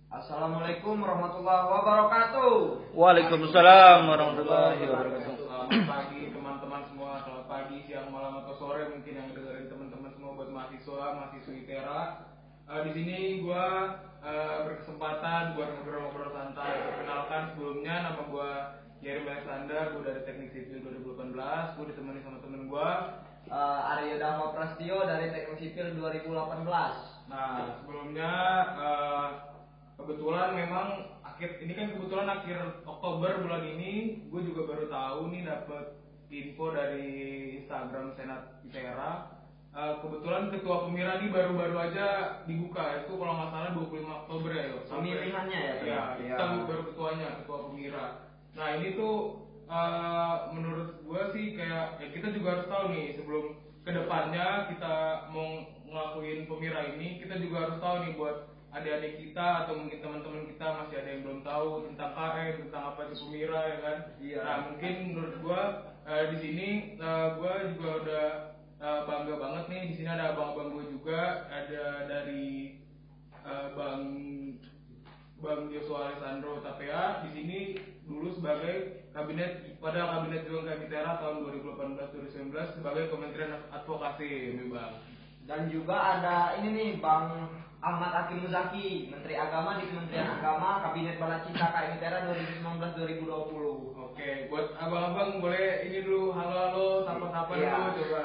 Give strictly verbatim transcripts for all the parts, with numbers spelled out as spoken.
Assalamualaikum warahmatullahi wabarakatuh. Waalaikumsalam warahmatullahi wabarakatuh. Selamat pagi teman-teman semua. Selamat pagi, siang, malam atau sore mungkin yang dengerin teman-teman semua buat mahasiswa, mahasiswi ITERA. Uh, di sini gue uh, berkesempatan buat ngobrol-ngobrol santai. Perkenalkan sebelumnya, nama gue Yerim Alexander. Gue dari Teknik Sipil dua ribu delapan belas. Gue ditemani sama temen gue uh, Aryo Dharma Prastio dari Teknik Sipil dua ribu delapan belas. Nah, sebelumnya uh, kebetulan memang akhir ini kan kebetulan akhir Oktober bulan ini gue juga baru tahu nih dapet info dari Instagram Senat ITERA. Uh, kebetulan ketua pemira nih baru-baru aja dibuka, itu kalau nggak salah dua puluh lima Oktober ya yuk. Pemilihannya ya? Ya, kita ya. baru ketuanya, ketua pemira. Nah ini tuh uh, menurut gue sih kayak ya kita juga harus tahu nih sebelum kedepannya kita mau ngelakuin pemira ini, kita juga harus tahu nih buat adik-adik kita atau mungkin teman-teman kita masih ada yang belum tahu tentang K M, tentang apa itu pemira ya kan. Iya. Nah mungkin menurut gua uh, di sini uh, gua juga udah uh, bangga banget nih, di sini ada abang-abang gua juga, ada dari uh, Bang Bang Joshua Alessandro Tapea di sini dulu sebagai kabinet pada kabinet Dewan Kabitera tahun dua ribu delapan belas dua ribu sembilan belas sebagai Kementerian Advokasi nih Bang. Dan juga ada ini nih Bang Ahmad Hakim Muzaki, Menteri Agama di Kementerian Agama, Kabinet Balacita K M ITERA dua ribu sembilan belas dua ribu dua puluh. Oke, buat abang-abang boleh ini dulu, halo-halo, sapa-sapa iya. dulu coba.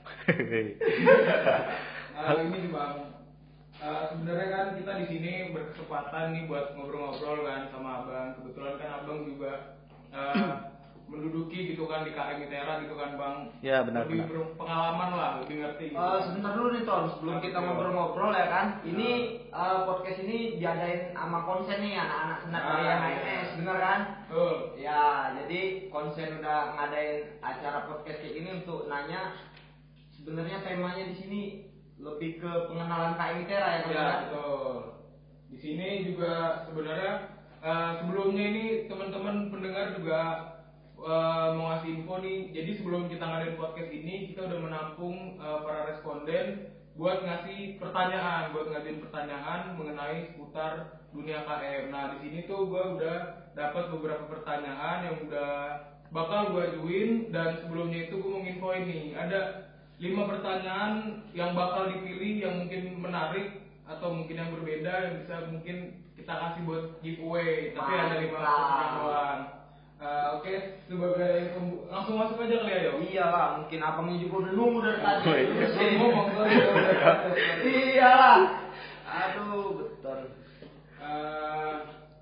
uh, ini nih Bang, uh, sebenarnya kan kita di sini berkesempatan nih buat ngobrol-ngobrol kan sama abang. Kebetulan kan abang juga uh, menduduki gitu kan di K M ITERA gitu kan Bang. Ya benar. Lebih berpengalaman lah, lebih ngerti gitu. Uh, sebentar dulu nih Ton, sebelum kita ngobrol-ngobrol ya kan. Ini uh, podcast ini diadain sama konsen nih anak-anak senat Ah, kuliah H M S, iya. bener kan? Betul. Ya, jadi konsen udah ngadain acara podcast kayak gini untuk nanya sebenarnya temanya di sini lebih ke pengenalan K M ITERA ya kan? Ya betul. Di sini juga sebenarnya uh, sebelumnya ini teman-teman pendengar juga Uh, mau ngasih info nih. Jadi sebelum kita ngadain podcast ini, kita udah menampung uh, para responden buat ngasih pertanyaan, buat ngajuin pertanyaan mengenai seputar dunia K M. Nah di sini tuh gue udah dapat beberapa pertanyaan yang udah bakal gue ajuin, dan sebelumnya itu gue mau nginfoin nih ada lima pertanyaan yang bakal dipilih yang mungkin menarik atau mungkin yang berbeda yang bisa mungkin kita kasih buat giveaway. Tapi ada lima pertanyaan doang. Uh, Oke, okay. Sebagai pembu- langsung masuk aja kali ya yo. Iya lah, mungkin abangnya juga udah nunggu dari tadi. Oh, iya. Terus ngomong sorry, sorry, sorry. Iya lah. Aduh, betul. Uh,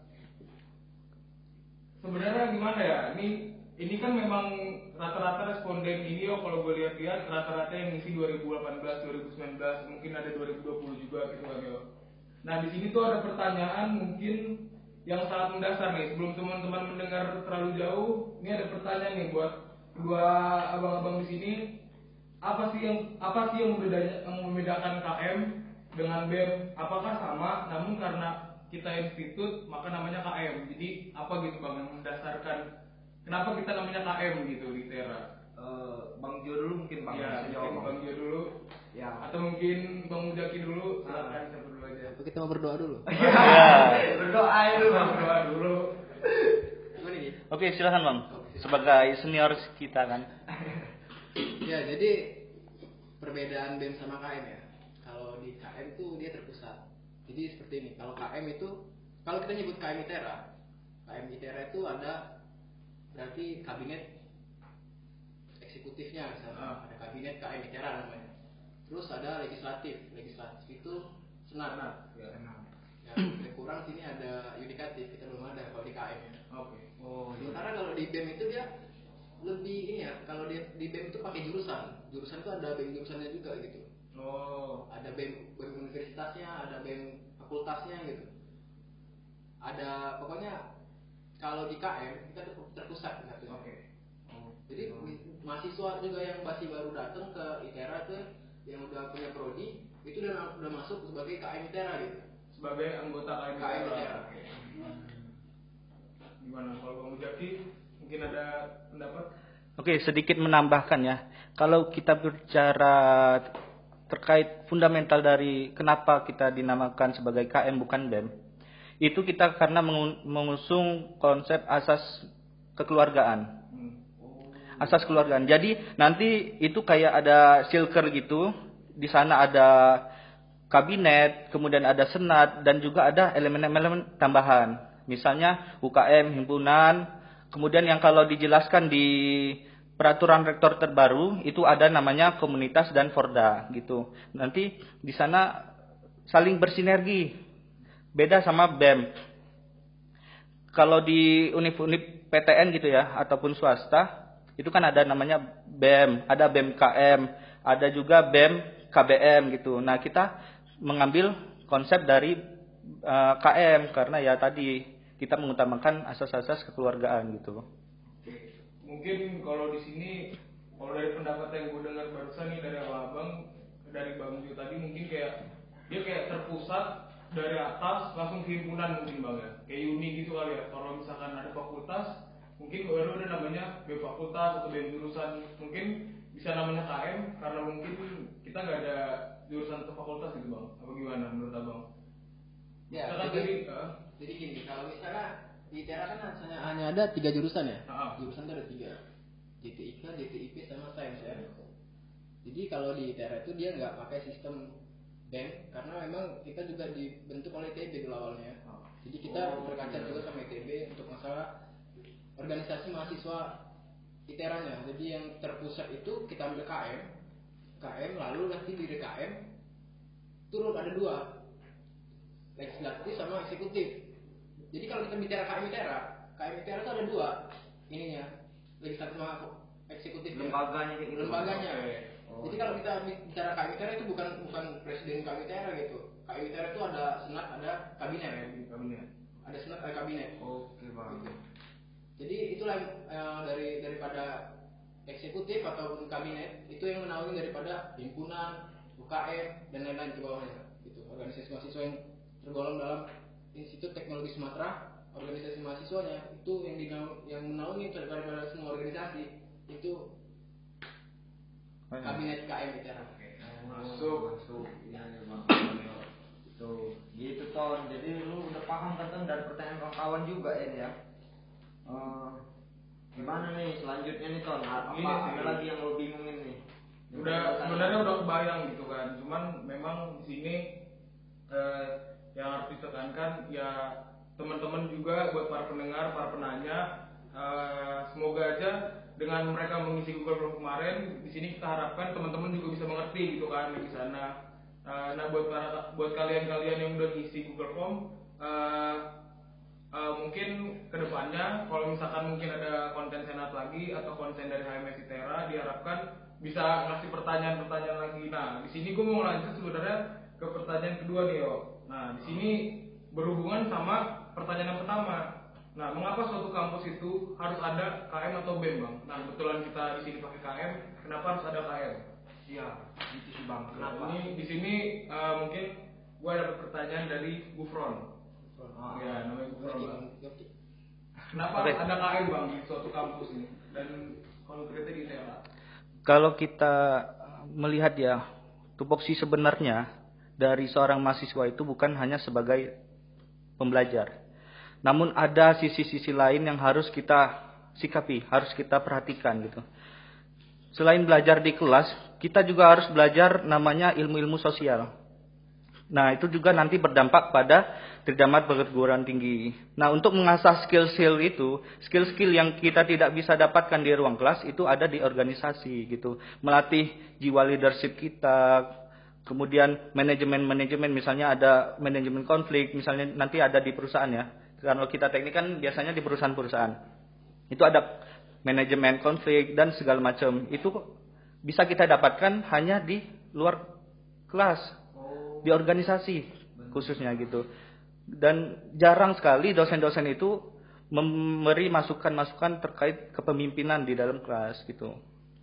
sebenarnya gimana ya? Ini ini kan memang rata-rata responden ini yo kalau gue lihat-lihat rata-rata yang ngisi dua ribu delapan belas, dua ribu sembilan belas, mungkin ada dua ribu dua puluh juga gitu kan yo. Nah, di sini tuh ada pertanyaan mungkin yang sangat mendasar nih. Sebelum teman-teman mendengar terlalu jauh, ini ada pertanyaan nih buat kedua abang-abang di sini. Apa sih yang apa sih yang membedakan, yang membedakan K M dengan B E M? Apakah sama? Namun karena kita institut maka namanya K M. Jadi apa gitu Bang yang mendasarkan kenapa kita namanya K M gitu di ITERA? Uh, Bang Jo dulu mungkin Bang. Ya, mungkin Bang Jo dulu. Ya. Atau mungkin Bang Mujaki dulu. Silakan kita berdua aja. Kita mau berdoa dulu. Ya. Berdoa dulu Bang. Berdoa dulu. Oke, silakan Bang. Sebagai senior kita kan. Ya, jadi perbedaan B E M sama K M ya. Kalau di K M tuh dia terpusat. Jadi seperti ini. Kalau K M itu, kalau kita nyebut K M ITERA, K M ITERA itu ada berarti kabinet eksekutifnya misalnya. Ada kabinet K M ITERA namanya. Terus ada legislatif. Legislatif itu senat. Ya. Ya, lebih kurang sini ada yudikatif, kita belum ada kalau di K M ya. Oke. Oh, sementara kalau di B E M itu dia lebih ini ya, kalau di, di B E M itu pakai jurusan. Jurusan itu ada B E M jurusannya juga gitu. Oh. Ada B E M, B E M universitasnya, ada B E M fakultasnya gitu. Ada pokoknya kalau di K M kita terpusat gitu. Oke. Oh. Jadi mahasiswa juga yang masih baru datang ke ITERA tuh yang udah punya prodi itu udah udah masuk sebagai K M ITERA gitu. Sebagai anggota K M K M ITERA. Oke. Gimana kalau Bang Mujaki mungkin ada pendapat? Oke, sedikit menambahkan ya. Kalau kita bicara terkait fundamental dari kenapa kita dinamakan sebagai K M bukan B E M, Itu kita karena mengusung konsep asas kekeluargaan. Asas keluargaan. Jadi nanti itu kayak ada silker gitu. Di sana ada kabinet, kemudian ada senat, dan juga ada elemen-elemen tambahan. Misalnya U K M, himpunan. Kemudian yang kalau dijelaskan di peraturan rektor terbaru itu ada namanya komunitas dan forda gitu. Nanti di sana saling bersinergi. Beda sama B E M. Kalau di univ-univ P T N gitu ya ataupun swasta itu kan ada namanya B E M, ada B E M K M, ada juga B E M K B M gitu. Nah, kita mengambil konsep dari uh, K M karena ya tadi kita mengutamakan asas-asas kekeluargaan gitu. Oke. Mungkin kalau di sini kalau dari pendapat yang gue dengar barusan nih dari abang dari Bang Jo tadi mungkin kayak dia kayak terpusat dari atas langsung ke himpunan mungkin Bang ya. Kayak uni gitu kali ya. Kalau misalkan ada fakultas mungkin baru ada namanya B fakultas atau B jurusan. Mungkin bisa namanya K M karena mungkin kita nggak ada jurusan ke fakultas gitu Bang. Apa gimana menurut abang? Ya, Misalkan jadi, tadi, uh, jadi gini, kalau misalnya di I T E R A kan hanya, hanya ada tiga jurusan ya. uh, Jurusan itu ada tiga, J T I K, J T I P sama sains ya. Jadi kalau di I T E R A itu dia nggak pakai sistem B E M karena memang kita juga dibentuk oleh I T B dulu awalnya. Jadi kita Oh, berkaca iya. juga sama I T B untuk masalah organisasi mahasiswa I T E R A-nya. Jadi yang terpusat itu kita ambil K M, K M lalu nanti di K M turun ada dua, legislatif sama eksekutif. Jadi kalau kita bicara K M I T E R A, K M I T E R A itu ada dua ininya, legislatif sama eksekutif. Lembaganya kayak gitu. Lembaganya. Oh. Jadi kalau kita bicara K M I T E R A itu bukan bukan presiden K M I T E R A gitu. K M I T E R A itu ada senat, ada kabinet. kabinet. Ada senat, ada kabinet. Oke, Bang. Gitu. Jadi itulah eh, dari daripada eksekutif ataupun kabinet itu yang menaungi daripada himpunan, U K M dan lain-lain ke bawahnya. Gitu. Organisasi mahasiswa yang tergolong dalam Institut Teknologi Sumatera, organisasi mahasiswanya itu yang dinaung, yang menaungi daripada semua organisasi itu kabinet K M I T E R A. Masuk, masuk. Iya, iya, Bang. Tuh, gitu Ton. Jadi lu udah paham kan Ton dari pertanyaan kawan-kawan juga ya ya. Uh, gimana nih selanjutnya nih Ton? Apa Ini ada sih. lagi yang lo bingungin nih? Udah sebenarnya udah kebayang gitu kan. Cuman memang di sini eh, yang harus ditekankan ya teman-teman juga buat para pendengar, para penanya eh, semoga aja dengan mereka mengisi Google Form kemarin di sini kita harapkan teman-teman juga bisa mengerti gitu kan di sana. Eh, nah buat para buat kalian-kalian yang udah ngisi Google Form eh, Uh, mungkin kedepannya kalau misalkan mungkin ada konten senat lagi atau konten dari H M S I T E R A diharapkan bisa ngasih pertanyaan-pertanyaan lagi. Nah di sini gue mau lanjut sebenarnya ke pertanyaan kedua nih yo. Nah di sini berhubungan sama pertanyaan yang pertama. Nah mengapa suatu kampus itu harus ada K M atau B E M bang? Nah kebetulan kita di sini pakai K M, kenapa harus ada K M? Iya, gitu sih Bang. Kenapa? Ini di sini uh, mungkin gue ada pertanyaan dari Gufron. Ah. Ya, namanya Gufron bang. Kenapa Oke. ada K M bang di suatu kampus ini dan konkretnya di T E R A? Kalau kita melihat ya, tupoksi sebenarnya dari seorang mahasiswa itu bukan hanya sebagai pembelajar. Namun ada sisi-sisi lain yang harus kita sikapi, harus kita perhatikan gitu. Selain belajar di kelas, kita juga harus belajar namanya ilmu-ilmu sosial. Nah, itu juga nanti berdampak pada tridamat perguruan tinggi. Nah, untuk mengasah skill-skill itu, skill-skill yang kita tidak bisa dapatkan di ruang kelas itu ada di organisasi gitu. Melatih jiwa leadership kita, kemudian manajemen-manajemen, misalnya ada manajemen konflik, misalnya nanti ada di perusahaan ya. Kalau kita teknik kan biasanya di perusahaan-perusahaan. Itu ada manajemen konflik dan segala macam. Itu bisa kita dapatkan hanya di luar kelas, di organisasi khususnya gitu. Dan jarang sekali dosen-dosen itu memberi masukan-masukan terkait kepemimpinan di dalam kelas gitu.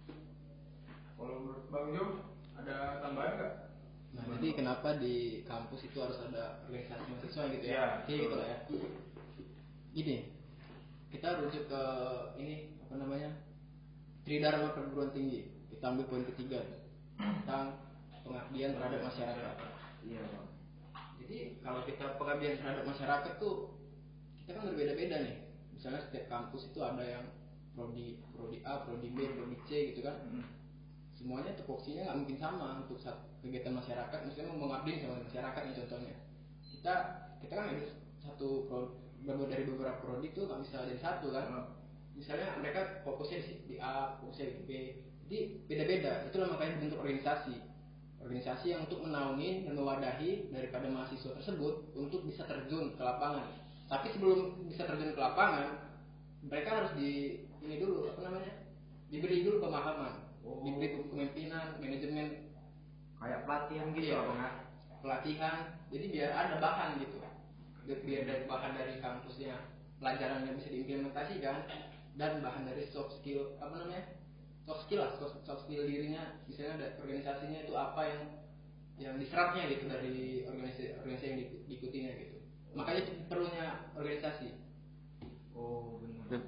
Kalau menurut Bang Jo ada tambahan nggak? Nah, jadi kenapa di kampus itu harus ada organisasi mahasiswa gitu ya? Iya, Oke, gitu lah ya. Gini, kita rujuk ke ini apa namanya? Tridharma perguruan tinggi. Kita ambil poin ketiga tentang pengabdian terhadap masyarakat. Iya Bang. Jadi kalau kita pengabdian terhadap masyarakat tuh kita kan berbeda-beda nih. Misalnya setiap kampus itu ada yang prodi prodi A, prodi B, prodi C gitu kan. Hmm. Semuanya tupoksinya nggak mungkin sama untuk satu kegiatan masyarakat. Misalnya mau mengabdi sama masyarakat nih contohnya. Kita kita kan ada satu prodi dari beberapa prodi tuh nggak bisa jadi satu kan. Hmm. Misalnya mereka fokusnya di A, fokusnya di B. Jadi beda-beda. Itulah makanya dibentuk organisasi. Organisasi yang untuk menaungi dan mewadahi daripada mahasiswa tersebut untuk bisa terjun ke lapangan. Tapi sebelum bisa terjun ke lapangan, mereka harus di ini dulu apa namanya? Diberi dulu pemahaman, oh. Diberi kepemimpinan, manajemen, kayak pelatihan gitu ya, Bang. Pelatihan. Jadi biar ada bahan gitu. Biar dari bahan dari kampusnya pelajarannya bisa diimplementasikan dan bahan dari soft skill apa namanya? soft skill lah, soft, soft skill dirinya, misalnya organisasinya itu apa yang yang diserapnya gitu dari organisasi organisasi yang diikutinya gitu. Makanya perlunya organisasi. Oh benar.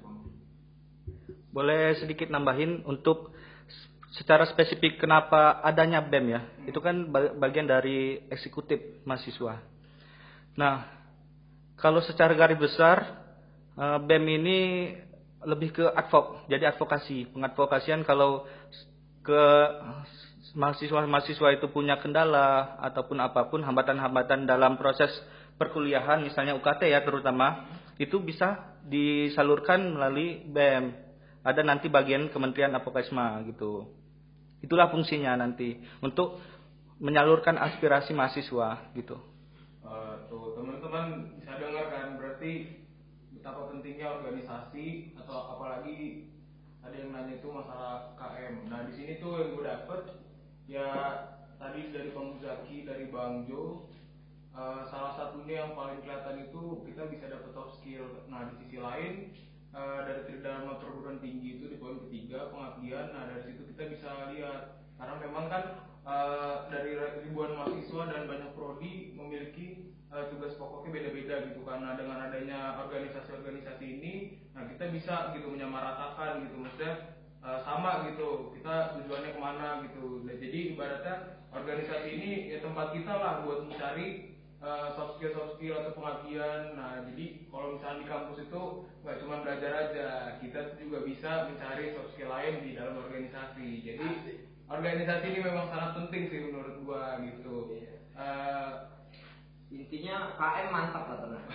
Boleh sedikit nambahin untuk secara spesifik kenapa adanya B E M ya? Hmm. Itu kan bagian dari eksekutif mahasiswa. Nah, kalau secara garis besar B E M ini lebih ke advok, jadi advokasi, pengadvokasian kalau ke mahasiswa-mahasiswa itu punya kendala ataupun apapun hambatan-hambatan dalam proses perkuliahan, misalnya U K T ya terutama, itu bisa disalurkan melalui B E M. Ada nanti bagian Kementerian Apokesma gitu. Itulah fungsinya nanti untuk menyalurkan aspirasi mahasiswa gitu. Uh, tuh teman-teman bisa dengar kan, berarti betapa pentingnya organisasi atau apalagi ada yang nanya itu masalah K M. Nah di sini tuh yang gue dapet ya tadi dari Bang Zaki, dari Bang Jo, uh, salah satunya yang paling kelihatan itu kita bisa dapat soft skill. Nah di sisi lain uh, dari Tridharma perguruan tinggi itu di poin ketiga pengabdian. Nah dari situ kita bisa lihat karena memang kan uh, dari ribuan mahasiswa dan banyak prodi memiliki Uh, tugas pokoknya beda-beda gitu, karena dengan adanya organisasi-organisasi ini, nah kita bisa gitu menyamaratakan gitu, maksudnya uh, sama gitu, kita tujuannya kemana gitu. Nah, jadi ibaratnya organisasi ini ya tempat kita lah buat mencari uh, soft skill soft skill atau pengabdian. Nah jadi kalau misalnya di kampus itu nggak cuma belajar aja, kita juga bisa mencari soft skill lain di dalam organisasi. Jadi organisasi ini memang sangat penting sih menurut gua gitu. Uh, Intinya K M mantap lah teman.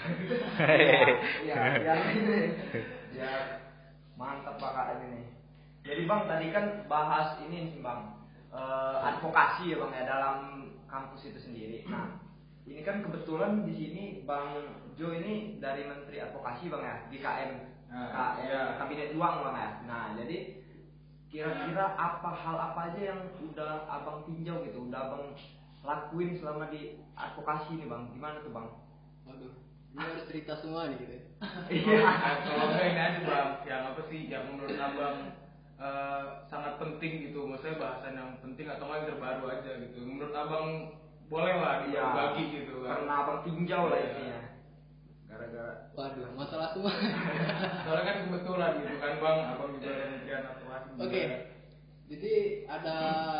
Ya, ya, ya, mantap Pak K M ini. Jadi Bang tadi kan bahas ini sih Bang, eh, advokasi ya Bang ya dalam kampus itu sendiri. Nah, ini kan kebetulan di sini Bang Jo ini dari Menteri Advokasi Bang ya di K M, nah, K M ya. Kabinet Uang Bang ya. Nah, jadi kira-kira apa hal apa aja yang udah Abang tinjau gitu, udah Abang lakuin selama di advokasi nih Bang, gimana tuh Bang? Waduh, ini harus cerita semua nih gitu. Iya, kalau enggak ini aja Bang, yang apa sih yang menurut Abang uh, sangat penting gitu, maksudnya bahasan yang penting atau yang terbaru aja gitu. Menurut Abang boleh lah dibagi ya, gitu kan? Karena Abang tinjau lah intinya. Gara-gara. Waduh, masalah semua. Soalnya kan kebetulan gitu kan Bang, Abang juga kementerian advokasi. Oke, okay. Jadi ada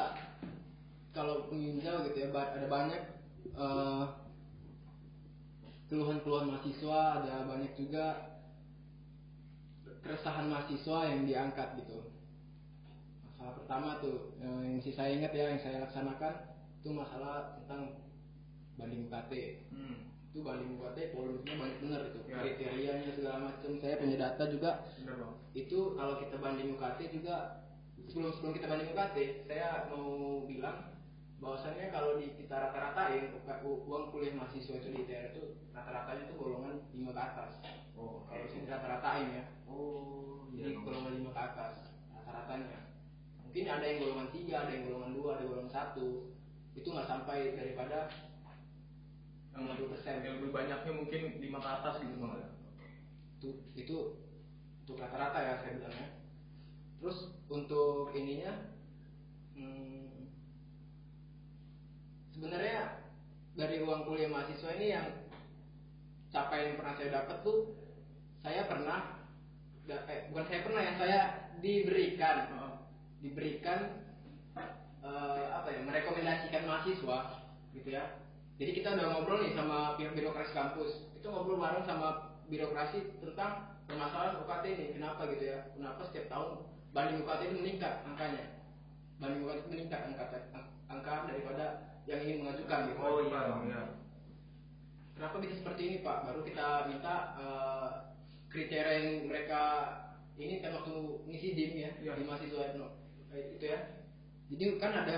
kalau penginjau gitu ya, ada banyak uh, keluhan-keluhan mahasiswa, ada banyak juga keresahan mahasiswa yang diangkat gitu. Masalah pertama tuh yang saya ingat ya, yang saya laksanakan itu masalah tentang banding U K T. Hmm. Itu banding U K T, volumenya banyak bener itu, ya. Kriterianya segala macam. Saya punya data juga. Bener, itu kalau kita banding U K T juga, sebelum sebelum kita banding U K T, saya mau bilang bahwasannya kalau di kita rata-ratain uang kuliah mahasiswa itu di I T R itu rata-ratanya itu golongan lima ke atas. Oh, kalau sini rata-ratain ya. Oh, jadi ya, golongan lima ke atas rata-ratanya. Mungkin ada yang golongan tiga, ada yang golongan dua, ada yang golongan satu. Itu nggak sampai daripada lima puluh persen. Yang lebih banyaknya mungkin lima ke atas gitu Bang. Itu itu untuk rata-rata ya saya bilangnya. Terus untuk ininya hmm, sebenarnya dari uang kuliah mahasiswa ini yang capaian yang pernah saya dapat tuh, saya pernah eh, bukan saya pernah ya, saya diberikan uh, diberikan uh, apa ya, merekomendasikan mahasiswa gitu ya Jadi kita udah ngobrol nih sama pihak birokrasi kampus. Kita ngobrol bareng sama birokrasi tentang permasalahan U K T ini. Kenapa gitu ya? Kenapa setiap tahun banding U K T itu meningkat angkanya? Banding U K T itu meningkat angka angka daripada yang ingin mengajukan gitu. Oh iya, iya. Kenapa bisa seperti ini Pak? Baru kita minta uh, kriteria yang mereka ini kan waktu ngisi D I M ya, ya. di mahasiswa no, itu ya. Jadi kan ada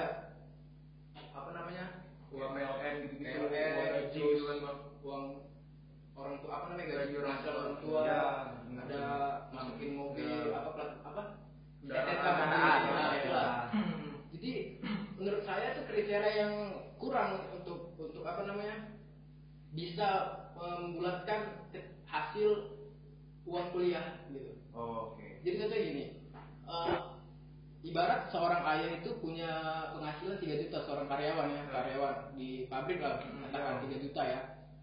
apa namanya? Uang M L N gitu-gitu, M L N, uang gaji terus gitu kan Bang. uang orang tua apa namanya gaji Gaji orang tua, orang tua Ya, ada masukin mobil Ya. apa plat apa Kendaraan. S S K kendaraan, nah, itulah. Ya. Jadi menurut saya itu kriteria yang kurang untuk untuk apa namanya bisa membulatkan hasil uang kuliah gitu. Oh, oke. Okay. Jadi contohnya gini, uh, ibarat seorang ayah itu punya penghasilan tiga juta seorang karyawan ya, karyawan di pabrik lah, katakan tiga juta ya.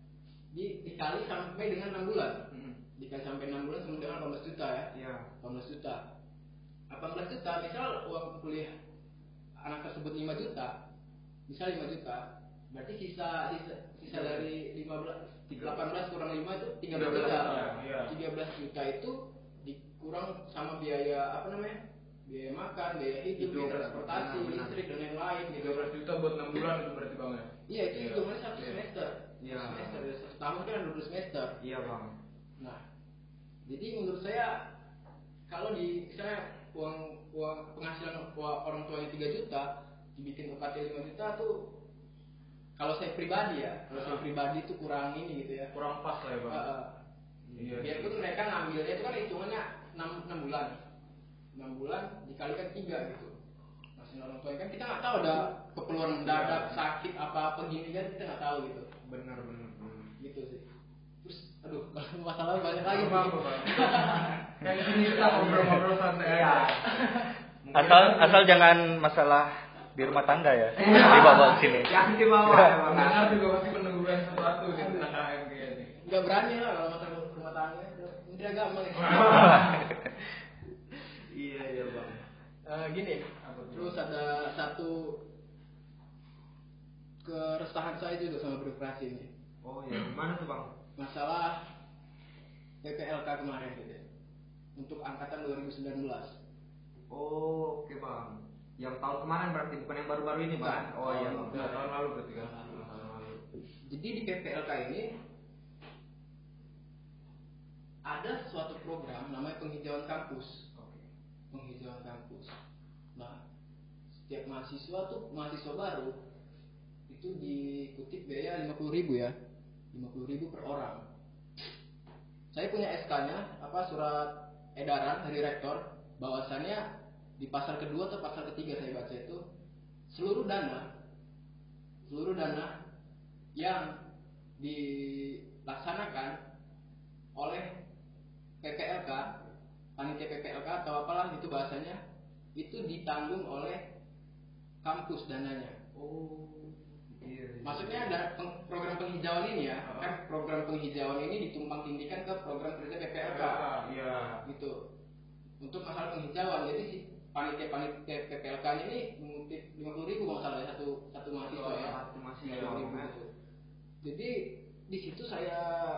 Di, dikali sampai dengan enam bulan. Hmm. Dikali sampai enam bulan sama dengan delapan belas juta ya. Iya. delapan belas juta. delapan belas juta, misal uang kuliah anak tersebut lima juta, misal lima juta, berarti sisa sisa, sisa dari lima belas delapan belas kurang lima itu tiga belas juta. Ya. tiga belas juta itu dikurang sama biaya apa namanya? Biaya makan, biaya hidup, biaya transportasi, benar, benar. listrik dan lain-lain gitu. tiga belas juta buat enam bulan itu berarti Bang ya. Iya, itu Iya. hitungannya satu Iya. semester. Iya. Satu semester, satu tahun kan ada dua puluh semester. Iya bang. Nah, jadi menurut saya kalau di misalnya uang uang penghasilan uang orang tuanya tiga juta dibikin U K T lima juta tuh kalau saya pribadi ya, kalau saya Ah. pribadi tuh kurang ini gitu ya. Kurang pas lah ya Bang. Uh, uh, Iya. biarpun mereka ngambilnya itu kan hitungannya enam bulan. enam bulan dikalikan tiga gitu. Masih orang tua kan kita nggak tahu ada keperluan mendadak, sakit apa apa gini kan kita nggak tahu gitu. Benar benar. benar. Gitu sih. Terus aduh kalau masalah banyak lagi Apa apa Bang? Kayak di sini kita ngobrol-ngobrol santai Iya. aja. Asal asal jangan masalah di rumah tangga ya. Dibawa ke sini. Yang dibawa ya bang. Pendengar juga pasti menunggukan sesuatu di tentang K M kayaknya. Nggak berani lah kalau masalah rumah tangga. Menteri Agama ya. Iya iya bang. Eh, gini. Terus ada satu keresahan saya juga sama birokrasi ini. Oh iya, gimana tuh bang? Masalah P P L K kemarin gitu ya. Untuk angkatan dua ribu sembilan belas. Oh oke bang. Yang tahun kemarin berarti bukan yang baru-baru ini bang? Bukan. Oh iya bang. Udah tahun lalu berarti kan. Tahun lalu. Tahun lalu. Jadi di P P L K ini ada suatu program namanya penghijauan kampus. Oke. Penghijauan kampus. Nah, setiap mahasiswa tuh mahasiswa baru itu dikutip biaya lima puluh ribu ya, lima puluh ribu per orang. Saya punya S K-nya, apa surat edaran dari rektor, bahwasannya di pasal kedua atau pasal ketiga saya baca itu seluruh dana, seluruh dana yang dilaksanakan oleh P P L K, panitia P P L K atau apalah itu bahasanya, itu ditanggung oleh kampus dananya. Oh iya. iya. Maksudnya ada peng- program penghijauan ini ya, Uh-huh. kan program penghijauan ini ditumpang tindihkan ke program kerja P P L K, Iya. gitu. Untuk masalah penghijauan, jadi si panitia-panitia P P L K ini mengutip lima puluh ribu kalau nggak salah ya, satu satu mahasiswa ya. Satu mahasiswa. lima puluh ribu gitu. Jadi di situ saya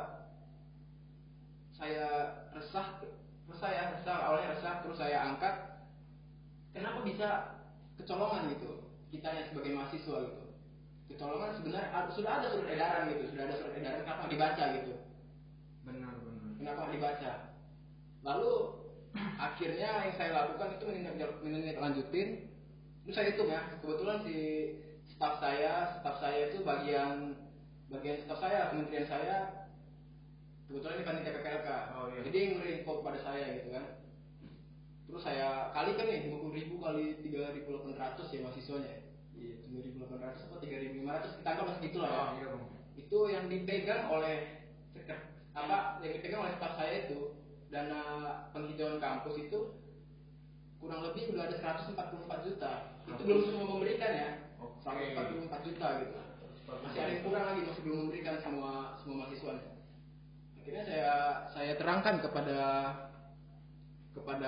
saya resah, resah ya, resah awalnya resah, terus saya angkat. Kenapa bisa kecolongan gitu? Kitanya sebagai mahasiswa gitu. Kecolongan sebenarnya ah, sudah ada surat edaran gitu, sudah ada surat edaran, kenapa nggak dibaca gitu? Benar benar. Kenapa nggak dibaca? Lalu akhirnya yang saya lakukan itu menindaklanjutin. Terus saya hitung ya, kebetulan si staf saya, staf saya itu bagian bagian staf saya, kementerian saya, kebetulan ini panitia P P L K. Oh, iya. Jadi yang ngirim kepada saya gitu kan. Terus saya kalikan nih lima puluh ribu kali tiga ribu delapan ratus ya mahasiswanya. Iya, tiga ribu delapan ratus atau tiga ribu lima ratus kita anggap masih gitulah ya. Oh, iya bang. Itu yang dipegang oleh seket- apa yang dipegang oleh staf saya itu dana penghijauan kampus itu kurang lebih sudah ada seratus empat puluh empat juta. Itu belum semua memberikan ya. Oke. seratus empat puluh empat juta gitu. Masih ada yang kurang lagi, masih belum memberikan semua semua mahasiswanya. Akhirnya saya saya terangkan kepada kepada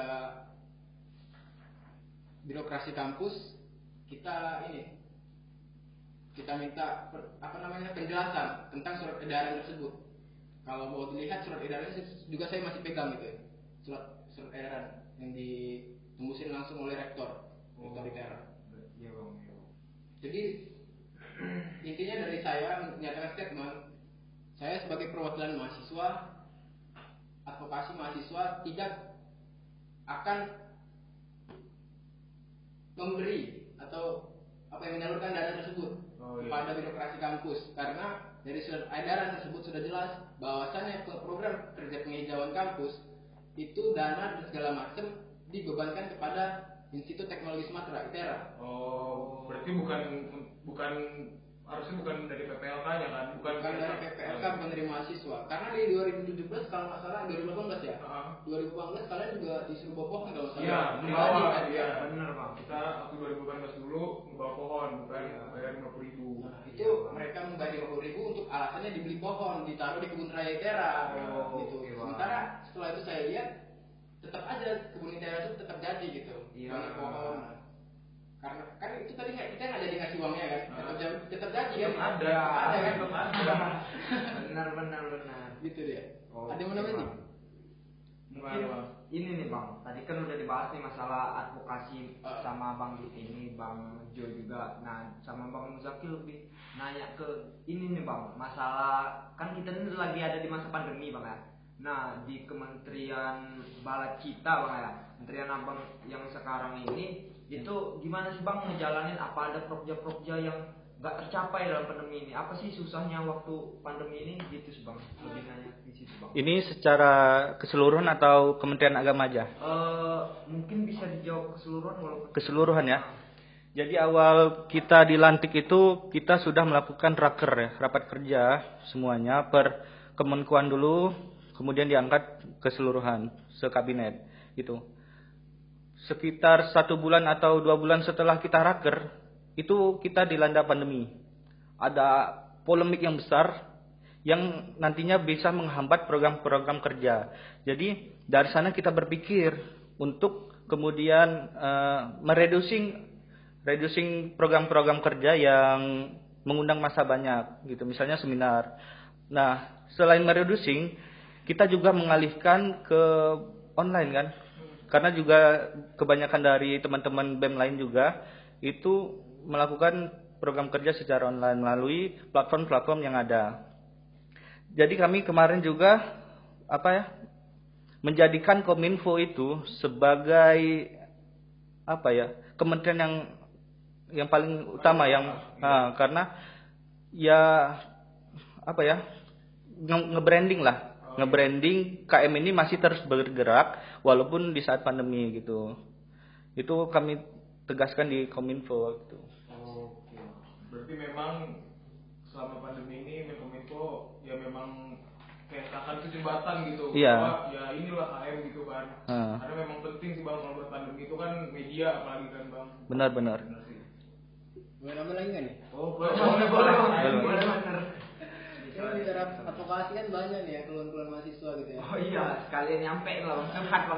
birokrasi kampus, kita ini kita minta per, apa namanya penjelasan tentang surat edaran tersebut. Kalau mau dilihat surat edaran juga saya masih pegang gitu ya. Surat surat edaran yang ditembusin langsung oleh rektor, rektor I T E R A. Iya bang. Jadi intinya dari saya menyatakan statement, saya sebagai perwakilan mahasiswa, advokasi mahasiswa tidak akan memberi atau apa yang menyalurkan dana tersebut Oh, iya. kepada birokrasi kampus, karena dari surat edaran tersebut sudah jelas bahwasannya program kerja penghijauan kampus itu dana dan segala macam dibebankan kepada Institut Teknologi Sumatera I T E R A. Oh, berarti bukan bukan harusnya bukan dari P P L K-nya kan? Bukan, Bukan dari P P L K, bukan dari mahasiswa. Karena di dua ribu tujuh belas kalau nggak salah, dua ribu delapan belas ya. Uh-huh. dua ribu delapan belas kalian juga disuruh bawa pohon kalau nggak salah. Iya, Pribadi membawa, kan? iya. Bener bang. Kita waktu dua ribu delapan belas dulu membawa pohon, bukan bayar lima puluh ribu. Nah, itu mereka membayar lima puluh ribu untuk alasannya dibeli pohon, ditaruh di kebun raya I T E R A. Oh, gitu. oke, Bang. Sementara setelah itu saya lihat tetap aja kebun I T E R A itu tetap jadi gitu. Iya. Banyak pohon. Karena kan itu tadi nggak, kita nggak jadi ngasih uangnya kan, Nah. tetap jadi, tetap jadi kan. Tetap ada, Tetap ada kan. tetap ada. Benar benar benar. Gitu dia. Oh, Ada yang mau nambahin Bang. nih? Gimana, Bang? Ini nih bang, tadi kan udah dibahas nih masalah advokasi Uh. sama bang ini bang Jo juga. Nah sama bang Muzaki lebih nanya ke ini nih bang, masalah kan kita ini lagi ada di masa pandemi bang ya. Nah di Kementerian Bala Cita bang ya, Kementerian Abang yang sekarang ini itu gimana sih bang ngejalanin, apa ada prokja-prokja yang nggak tercapai dalam pandemi ini? Apa sih susahnya waktu pandemi ini gitu sih bang? Lebih nanya di situ bang. Ini secara keseluruhan atau Kementerian Agama aja? Eh, mungkin bisa dijawab keseluruhan walaupun Keseluruhan ya. Jadi awal kita dilantik itu kita sudah melakukan raker ya, rapat kerja semuanya per Kemenkuan dulu, kemudian diangkat keseluruhan sekabinet gitu. Sekitar satu bulan atau dua bulan setelah kita raker, itu kita dilanda pandemi. Ada polemik yang besar yang nantinya bisa menghambat program-program kerja. Jadi dari sana kita berpikir untuk kemudian uh, mereducing reducing program-program kerja yang mengundang massa banyak gitu, misalnya seminar. Nah, selain mereducing, kita juga mengalihkan ke online kan. Karena juga kebanyakan dari teman-teman B E M lain juga itu melakukan program kerja secara online melalui platform-platform yang ada. Jadi kami kemarin juga apa ya menjadikan Kominfo itu sebagai apa ya kementerian yang yang paling utama yang nah, karena ya apa ya nge- nge-branding lah. Nge-branding K M ini masih terus bergerak walaupun di saat pandemi gitu. Itu kami tegaskan di Kominfo gitu. Oke. Berarti memang selama pandemi ini Menkominfo ya memang kayak akan kejembatan gitu. Iya. Bahwa ya inilah K M gitu kan. Hmm. Karena memang penting sih bang kalau buat pandemi itu kan media apalagi kan bang. Benar-benar. Benar sih. Mau nambah lagi nggak nih? Oh boleh boleh boleh Boleh. boleh benar. Ini bicara advokasi kan banyak nih ya keluhan-keluhan mahasiswa gitu ya. oh iya sekalian nyampe lah bang, curhat bang.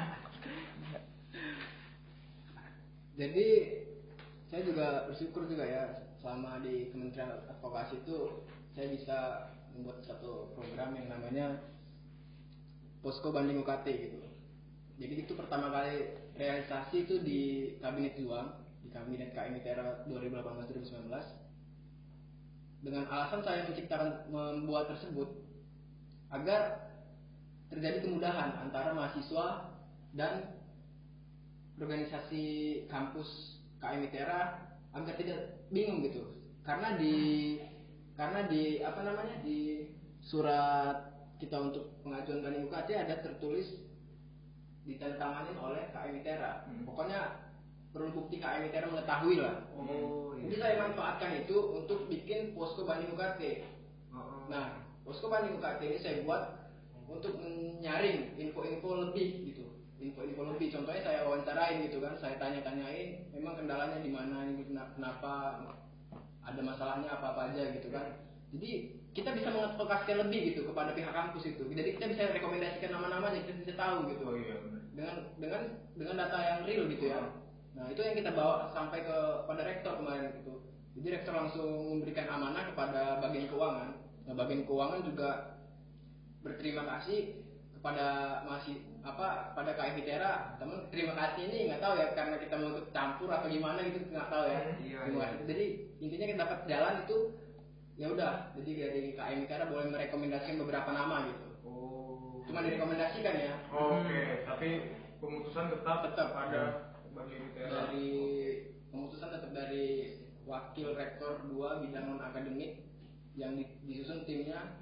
Jadi saya juga bersyukur juga ya selama di Kementerian Advokasi itu saya bisa membuat satu program yang namanya Posko Banding U K T gitu. Jadi itu pertama kali realisasi itu di Kabinet Juang, di Kabinet K M I T E R A dua ribu delapan belas dua ribu sembilan belas. Dengan alasan saya menciptakan membuat tersebut agar terjadi kemudahan antara mahasiswa dan organisasi kampus K M I T E R A agar tidak bingung gitu. Karena di karena di apa namanya di surat kita untuk pengajuan banding U K T ada tertulis ditandatangani oleh K M I T E R A. Hmm. Pokoknya perlu bukti K M I T E R A mengetahui lah. Oh Jadi saya manfaatkan itu untuk bikin posko banding U K T. Oh, Nah, posko banding U K T ini saya buat untuk menyaring info-info lebih gitu. Info-info lebih. Contohnya saya wawancarain gitu kan, saya tanya-tanyain memang kendalanya di mana ini, kenapa ada masalahnya apa-apa aja gitu kan. Jadi kita bisa mengadvokasikan lebih gitu kepada pihak kampus itu. Jadi kita bisa rekomendasikan nama-namanya, kita bisa tahu gitu. Oh iya benar. Dengan dengan dengan data yang real gitu ya. Nah, itu yang kita bawa sampai ke pada rektor kemarin gitu. Jadi rektor langsung memberikan amanah kepada bagian keuangan. Nah, bagian keuangan juga berterima kasih kepada masih apa pada K M ITERA. Teman terima kasih ini nggak tahu ya karena kita mau ikut campur atau gimana gitu nggak tahu ya. Iya, Terima iya. kasih. Jadi intinya kita dapat jalan itu ya udah. Jadi dari K M ITERA boleh merekomendasikan beberapa nama gitu. Oh. Cuma direkomendasikan ya. Oke, tapi pemutusan tetap Tetap. ada bagi ITERA. Dari pemutusan tetap dari wakil rektor dua bidang non akademik yang di- disusun timnya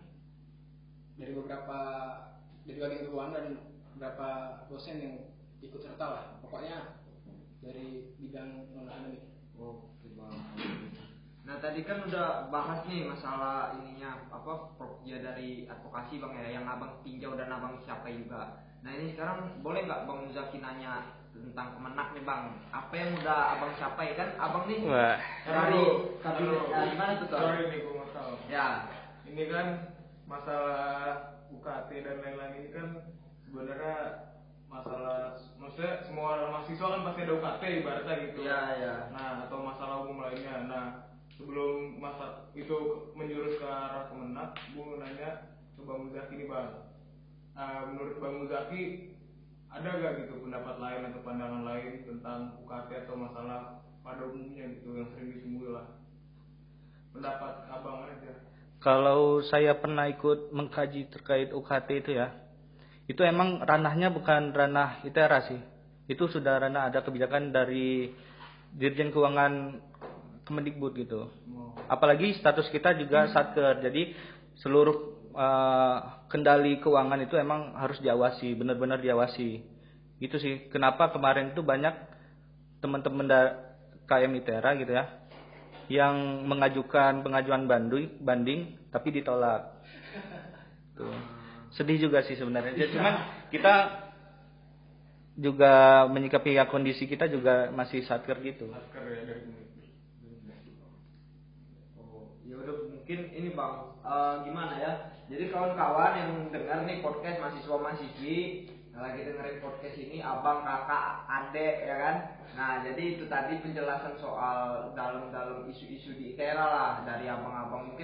dari beberapa dari bagian keuangan dan beberapa dosen yang ikut serta lah. Pokoknya dari bidang non akademik. Oke bang. Nah tadi kan udah bahas nih masalah ininya apa prokerja dari advokasi bang ya, yang abang tinjau dan abang capai juga. Nah ini sekarang boleh nggak bang Muzaki nanya tentang Kemenak nih bang? Apa yang udah abang capai kan? Abang nih Wah. dari Aduh, kabinet. aduh. Nah, gimana tuh Bang? Sorry nih gue nggak tahu. Ya. Ini kan masalah U K T dan lain-lain ini kan sebenarnya masalah, maksudnya semua mahasiswa kan pasti ada U K T ibaratnya gitu. Iya, iya. Nah atau masalah umum lainnya. Nah sebelum masa itu menjurus ke arah Kemenak, gue mau nanya ke Bang Muzaki nih bang. Uh, menurut Bang Muzaki ada gak gitu pendapat lain atau pandangan lain tentang U K T atau masalah pada umumnya gitu yang sering disinggung lah? Pendapat abang aja. Kalau saya pernah ikut mengkaji terkait U K T itu ya, itu emang ranahnya bukan ranah ITERA sih. Itu sudah ranah ada kebijakan dari Dirjen Keuangan Kemendikbud gitu. Apalagi status kita juga satker, jadi seluruh uh, kendali keuangan itu emang harus diawasi, benar-benar diawasi. Itu sih kenapa kemarin itu banyak teman-teman da- K M ITERA gitu ya, yang mengajukan pengajuan banding, banding tapi ditolak. Tuh. Sedih juga sih sebenarnya. Jadi, cuman kita juga menyikapi ya kondisi kita juga masih satker gitu. Satker ya dari ini. Oh, ya udah mungkin ini bang, eh, gimana ya? Jadi kawan-kawan yang dengar nih podcast mahasiswa mahasiswi lagi dengerin podcast ini, abang, kakak, adek ya kan? Nah jadi itu tadi penjelasan soal dalam-dalam isu-isu di ITERA lah dari abang-abang mungkin.